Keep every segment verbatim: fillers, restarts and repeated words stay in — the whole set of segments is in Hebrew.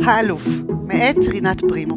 האלוף, מאת רינת פרימו.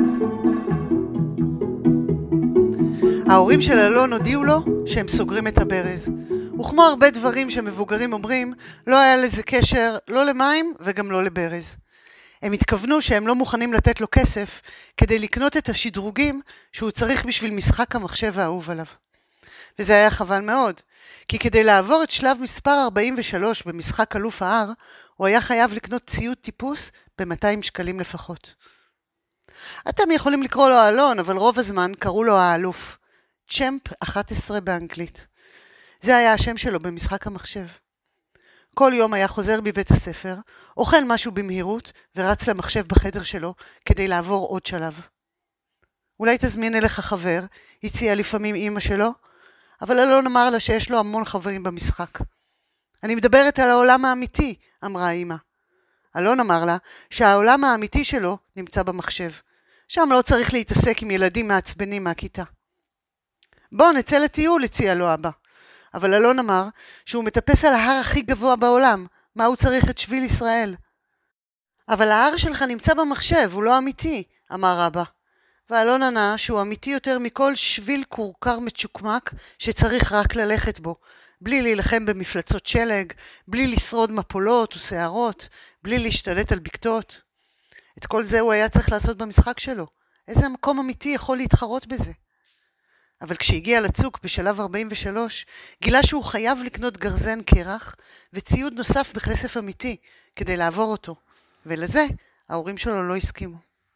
ההורים של אלון הודיעו לו שהם סוגרים את הברז. וכמו הרבה דברים שמבוגרים אומרים, לא היה לזה קשר לא למים וגם לא לברז. הם התכוונו שהם לא מוכנים לתת לו כסף כדי לקנות את השדרוגים שהוא צריך בשביל משחק המחשב האהוב עליו. וזה היה חבל מאוד, כי כדי לעבור את שלב מספר ארבעים ושלוש במשחק אלוף ההר, הוא היה חייב לקנות ציוד טיפוס ב-מאתיים שקלים לפחות. אתם יכולים לקרוא לו אלון, אבל רוב הזמן קראו לו האלוף. צ'מפ אחת עשרה באנגלית. זה היה השם שלו במשחק המחשב. כל יום היה חוזר מבית הספר, אוכל משהו במהירות ורץ למחשב בחדר שלו כדי לעבור עוד שלב. אולי תזמין אליך חבר, הציע לפעמים אמא שלו, אבל אלון אמר לה שיש לו המון חברים במשחק. אני מדברת על העולם האמיתי, אמרה אמא. אלון אמר לה שהעולם האמיתי שלו נמצא במחשב. שם לא צריך להתעסק עם ילדים מעצבנים מהכיתה. בוא נצא לטיול, הציע לו אבא. אבל אלון אמר שהוא מטפס על ההר הכי גבוה בעולם, מה הוא צריך את שביל ישראל? אבל ההר שלך נמצא במחשב, הוא לא אמיתי, אמר אבא. ואלון ענה שהוא אמיתי יותר מכל שביל קורקר מצ'וקמק שצריך רק ללכת בו, בלי להילחם במפלצות שלג, בלי לשרוד מפולות וסערות, בלי להשתלט על בקתות. את כל זה הוא היה צריך לעשות במשחק שלו. איזה מקום אמיתי יכול להתחרות בזה? אבל כשהגיע לצוק בשלב ארבעים ושלוש, גילה שהוא חייב לקנות גרזן קרח וציוד נוסף בכסף אמיתי כדי לעבור אותו, ולזה ההורים שלו לא הסכימו.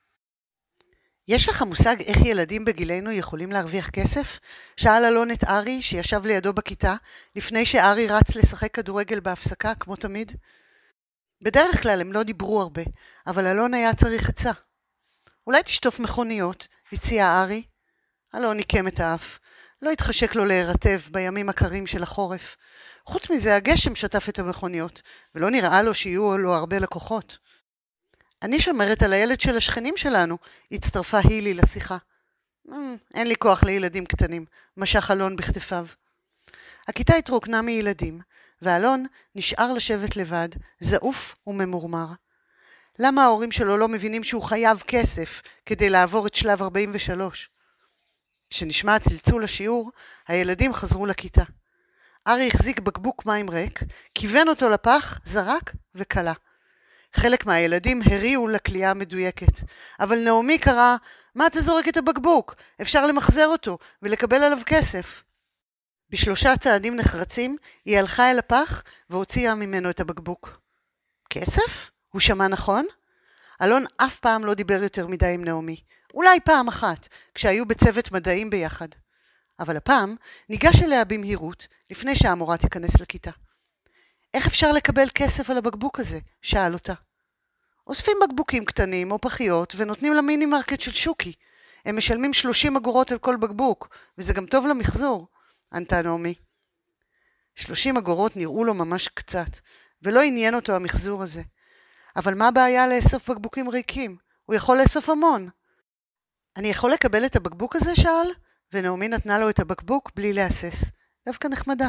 יש לך מושג איך ילדים בגילנו יכולים להרוויח כסף? שאל אלון את ארי שישב לידו בכיתה, לפני שארי רץ לשחק כדורגל בהפסקה, כמו תמיד. בדרך כלל הם לא דיברו הרבה, אבל אלון היה צריך עצה. אולי תשטוף מכוניות, הציע ארי. אלון ניקם את האף. לא התחשק לו להירטב בימים הקרים של החורף. חוץ מזה, הגשם שטף את המכוניות, ולא נראה לו שיהיו לו הרבה לקוחות. אני שומרת על הילד של השכנים שלנו, הצטרפה הילי לשיחה. אין לי כוח לילדים קטנים, משך אלון בכתפיו. הכיתה התרוקנה מילדים, ואלון נשאר לשבת לבד, זעוף וממורמר. למה ההורים שלו לא מבינים שהוא חייב כסף כדי לעבור את שלב ארבעים ושלוש? כשנשמע צלצול השיעור, הילדים חזרו לכיתה. ארי החזיק בקבוק מים ריק, כיוון אותו לפח, זרק וקלה. חלק מהילדים הריעו לקליעה המדויקת, אבל נעמי קרא, מה אתה זורק את הבקבוק? אפשר למחזר אותו ולקבל עליו כסף. בשלושה צעדים נחרצים, היא הלכה אל הפח והוציאה ממנו את הבקבוק. כסף? הוא שמע נכון? אלון אף פעם לא דיבר יותר מדי עם נעמי. אולי פעם אחת, כשהיו בצוות מדעים ביחד. אבל הפעם ניגש אליה במהירות, לפני שהמורה תיכנס לכיתה. איך אפשר לקבל כסף על הבקבוק הזה? שאל אותה. אוספים בקבוקים קטנים או פחיות ונותנים למיני מרקט של שוקי. הם משלמים שלושים אגורות על כל בקבוק, וזה גם טוב למחזור, ענתה נעמי. שלושים אגורות נראו לו ממש קצת, ולא עניין אותו המחזור הזה. אבל מה הבעיה לאסוף בקבוקים ריקים? הוא יכול לאסוף המון. אני יכול לקבל את הבקבוק הזה? שאל, ונעמי נתנה לו את הבקבוק בלי להסס. דווקא נחמדה.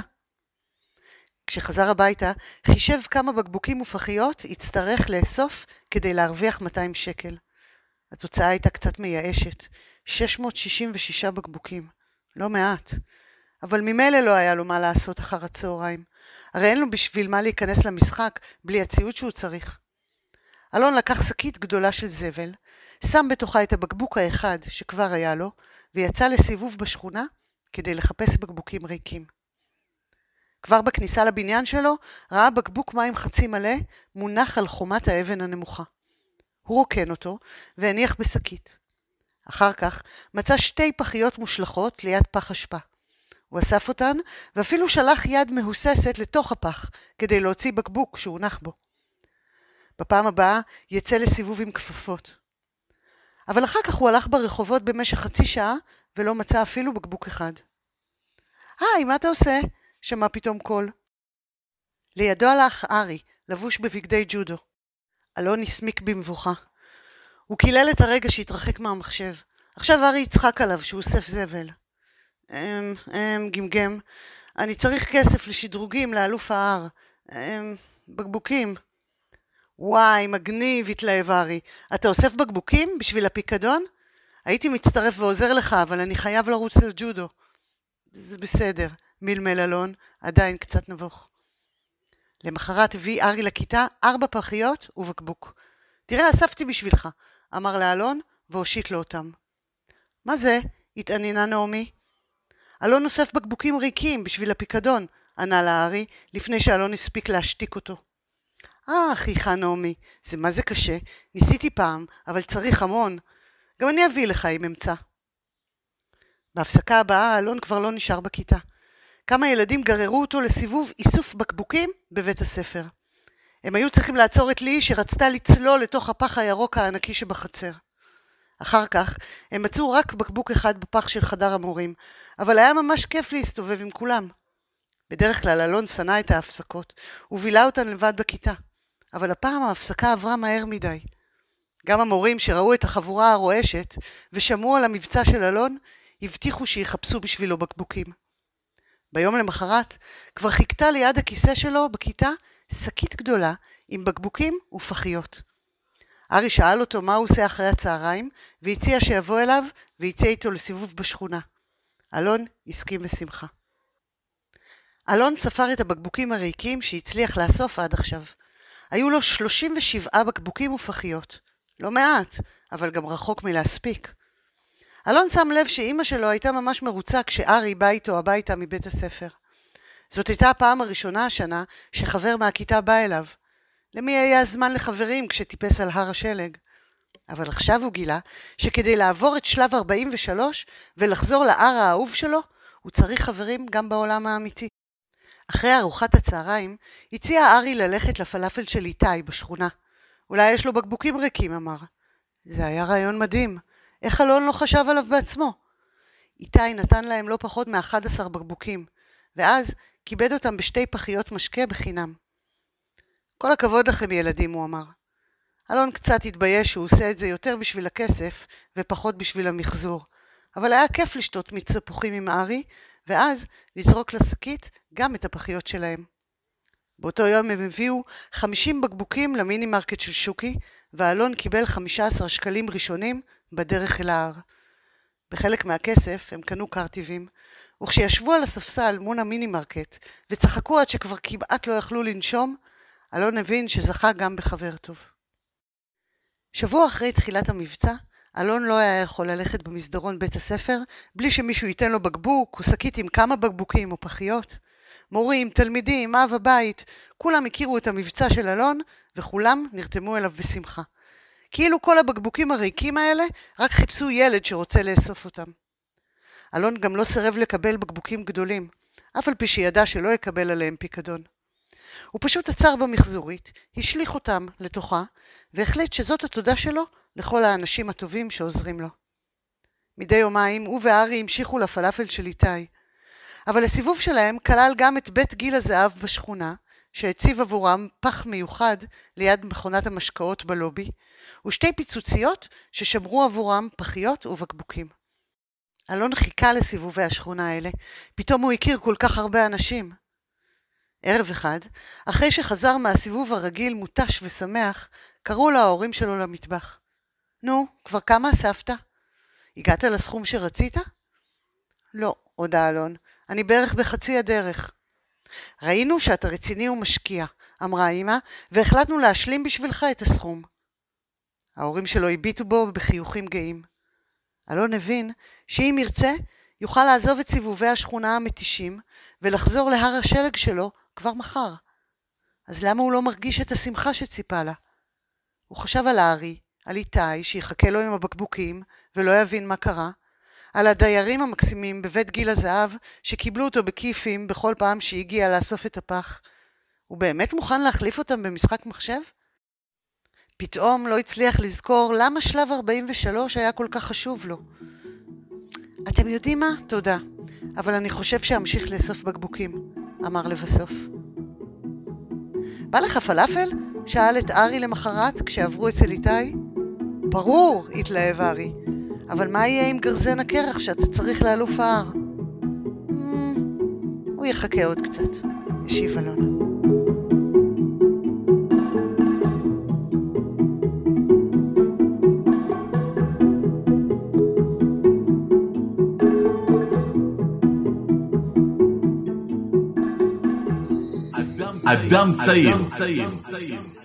כשחזר הביתה, חישב כמה בקבוקים ופחיות יצטרך לאסוף כדי להרוויח מאתיים שקל. התוצאה הייתה קצת מייאשת. שש מאות שישים ושש בקבוקים. לא מעט. אבל ממילא לא היה לו מה לעשות אחר הצהריים. הרי אין לו בשביל מה להיכנס למשחק בלי הציוד שהוא צריך. אלון לקח שקית גדולה של זבל, שם בתוכה את הבקבוק האחד שכבר היה לו, ויצא לסיבוב בשכונה כדי לחפש בקבוקים ריקים. כבר בכניסה לבניין שלו ראה בקבוק מים חצי מלא מונח על חומת האבן הנמוכה. הוא רוקן אותו והניח בשקית. אחר כך מצא שתי פחיות מושלכות ליד פח אשפה. הוא אסף אותן ואפילו שלח יד מהוססת לתוך הפח כדי להוציא בקבוק שהונח בו. בפעם הבאה יצא לסיבוב עם כפפות. אבל אחר כך הוא הלך ברחובות במשך חצי שעה ולא מצא אפילו בקבוק אחד. היי, מה אתה עושה? שמע פתאום קול. לידו הלך ארי, לבוש בבגדי ג'ודו. אלון הסמיק במבוכה. הוא קילל את הרגע שהתרחק מהמחשב. עכשיו ארי יצחק עליו שהוא אוסף זבל. אמ, אמ, גמגם. אני צריך כסף לשדרוגים לאלוף ההר. אמ, בקבוקים. וואי, מגניב, התלהב ארי. אתה אוסף בקבוקים בשביל הפיקדון? הייתי מצטרף ועוזר לך, אבל אני חייב לרוץ לג'ודו. זה בסדר, מלמל אלון, עדיין קצת נבוך. למחרת הביא ארי לכיתה ארבע פחיות ובקבוק. תראה, אספתי בשבילך, אמר לאלון והושיט לו אותם. מה זה? התעניינה נעמי. אלון אוסף בקבוקים ריקים בשביל הפיקדון, ענה לה ארי, לפני שאלון הספיק להשתיק אותו. אה, חייכה נעמי, זה מה זה קשה, ניסיתי פעם, אבל צריך המון. גם אני אביא לך אם אמצא. בהפסקה הבאה אלון כבר לא נשאר בכיתה. כמה ילדים גררו אותו לסיבוב איסוף בקבוקים בבית הספר. הם היו צריכים לעצור את לי שרצתה לצלול לתוך הפח הירוק הענקי שבחצר. אחר כך הם מצאו רק בקבוק אחד בפח של חדר המורים, אבל היה ממש כיף להסתובב עם כולם. בדרך כלל אלון שנא את ההפסקות, ובילה אותן לבד בכיתה, אבל הפעם ההפסקה עברה מהר מדי. גם המורים שראו את החבורה הרועשת ושמעו על המבצע של אלון, הבטיחו שיחפשו בשבילו בקבוקים. ביום למחרת כבר חיכתה ליד הכיסא שלו בכיתה שקית גדולה עם בקבוקים ופחיות. ארי שאל אותו מה הוא עושה אחרי הצהריים, והציע שיבוא אליו ויצא איתו לסיבוב בשכונה. אלון הסכים בשמחה. אלון ספר את הבקבוקים הריקים שהצליח לאסוף עד עכשיו. היו לו שלושים ושבעה בקבוקים ופחיות. לא מעט, אבל גם רחוק מלהספיק. אלון שם לב שאמא שלו הייתה ממש מרוצה כשארי בא איתו הביתה מבית הספר. זאת הייתה הפעם הראשונה השנה שחבר מהכיתה בא אליו. למי היה זמן לחברים כשטיפס על הר השלג? אבל עכשיו הוא גילה שכדי לעבור את שלב ארבעים ושלוש ולחזור להר האהוב שלו, הוא צריך חברים גם בעולם האמיתי. אחרי ארוחת הצהריים, הציע ארי ללכת לפלאפל של איתי בשכונה. אולי יש לו בקבוקים ריקים, אמר. זה היה רעיון מדהים. איך אלון לא חשב עליו בעצמו? איתי נתן להם לא פחות מ-אחד עשר בקבוקים, ואז כיבד אותם בשתי פחיות משקה בחינם. כל הכבוד לכם ילדים, הוא אמר. אלון קצת התבייש שהוא עושה את זה יותר בשביל הכסף ופחות בשביל המחזור, אבל היה כיף לשתות מיץ תפוחים עם ארי, ואז לזרוק לשקית גם את הפחיות שלהם. באותו יום הם הביאו חמישים בקבוקים למיני מרקט של שוקי, ואלון קיבל חמישה עשר שקלים ראשונים בדרך אל ההר. בחלק מהכסף הם קנו קרטיבים, וכשישבו על הספסל מול המיני מרקט וצחקו עד שכבר כמעט לא יכלו לנשום, אלון הבין שזכה גם בחבר טוב. שבוע אחרי תחילת המבצע, אלון לא היה יכול ללכת במסדרון בית הספר בלי שמישהו ייתן לו בקבוק או שקית עם כמה בקבוקים או פחיות. מורים, תלמידים, אב הבית, כולם הכירו את המבצע של אלון וכולם נרתמו אליו בשמחה. כאילו כל הבקבוקים הריקים האלה רק חיפשו ילד שרוצה לאסוף אותם. אלון גם לא סירב לקבל בקבוקים גדולים, אף על פי שידע שלא יקבל עליהם פיקדון. הוא פשוט עצר במחזורית, השליך אותם לתוכה, והחליט שזאת התודה שלו לכל האנשים הטובים שעוזרים לו. מדי יומיים הוא וארי המשיכו לפלאפל של איתי, אבל הסיבוב שלהם כלל גם את בית גיל הזהב בשכונה, שהציב עבורם פח מיוחד ליד מכונת המשקאות בלובי, ושתי פיצוציות ששמרו עבורם פחיות ובקבוקים. אלון חיכה לסיבובי השכונה האלה, פתאום הוא הכיר כל כך הרבה אנשים. ערב אחד, אחרי שחזר מהסיבוב הרגיל מוטש ושמח, קראו לו ההורים שלו למטבח. נו, כבר כמה אספת? הגעת לסכום שרצית? לא, הודע אלון, אני בערך בחצי הדרך. ראינו שאתה רציני ומשקיע, אמרה אמא, והחלטנו להשלים בשבילך את הסכום. ההורים שלו הביטו בו בחיוכים גאים. אלון הבין שאם ירצה, יוכל לעזוב את סיבובי השכונה המתישים ולחזור להר השלג שלו כבר מחר. אז למה הוא לא מרגיש את השמחה שציפה לה? הוא חשב על ארי, על איתי שיחכה לו עם הבקבוקים ולא יבין מה קרה, על הדיירים המקסימים בבית גיל הזהב שקיבלו אותו בכיפים בכל פעם שהגיע לאסוף את הפח. הוא באמת מוכן להחליף אותם במשחק מחשב? פתאום לא הצליח לזכור למה שלב ארבעים ושלוש היה כל כך חשוב לו. אתם יודעים מה? תודה. אבל אני חושב שאמשיך לאסוף בקבוקים, אמר לבסוף. בא לך פלאפל? שאל את ארי למחרת כשעברו אצל איתי. ברור, התלהב ארי. אבל מה יהיה עם גרזן הקרח שאתה צריך לאלוף ההר? הוא יחכה עוד קצת, השיב אלון. אדם צעיר.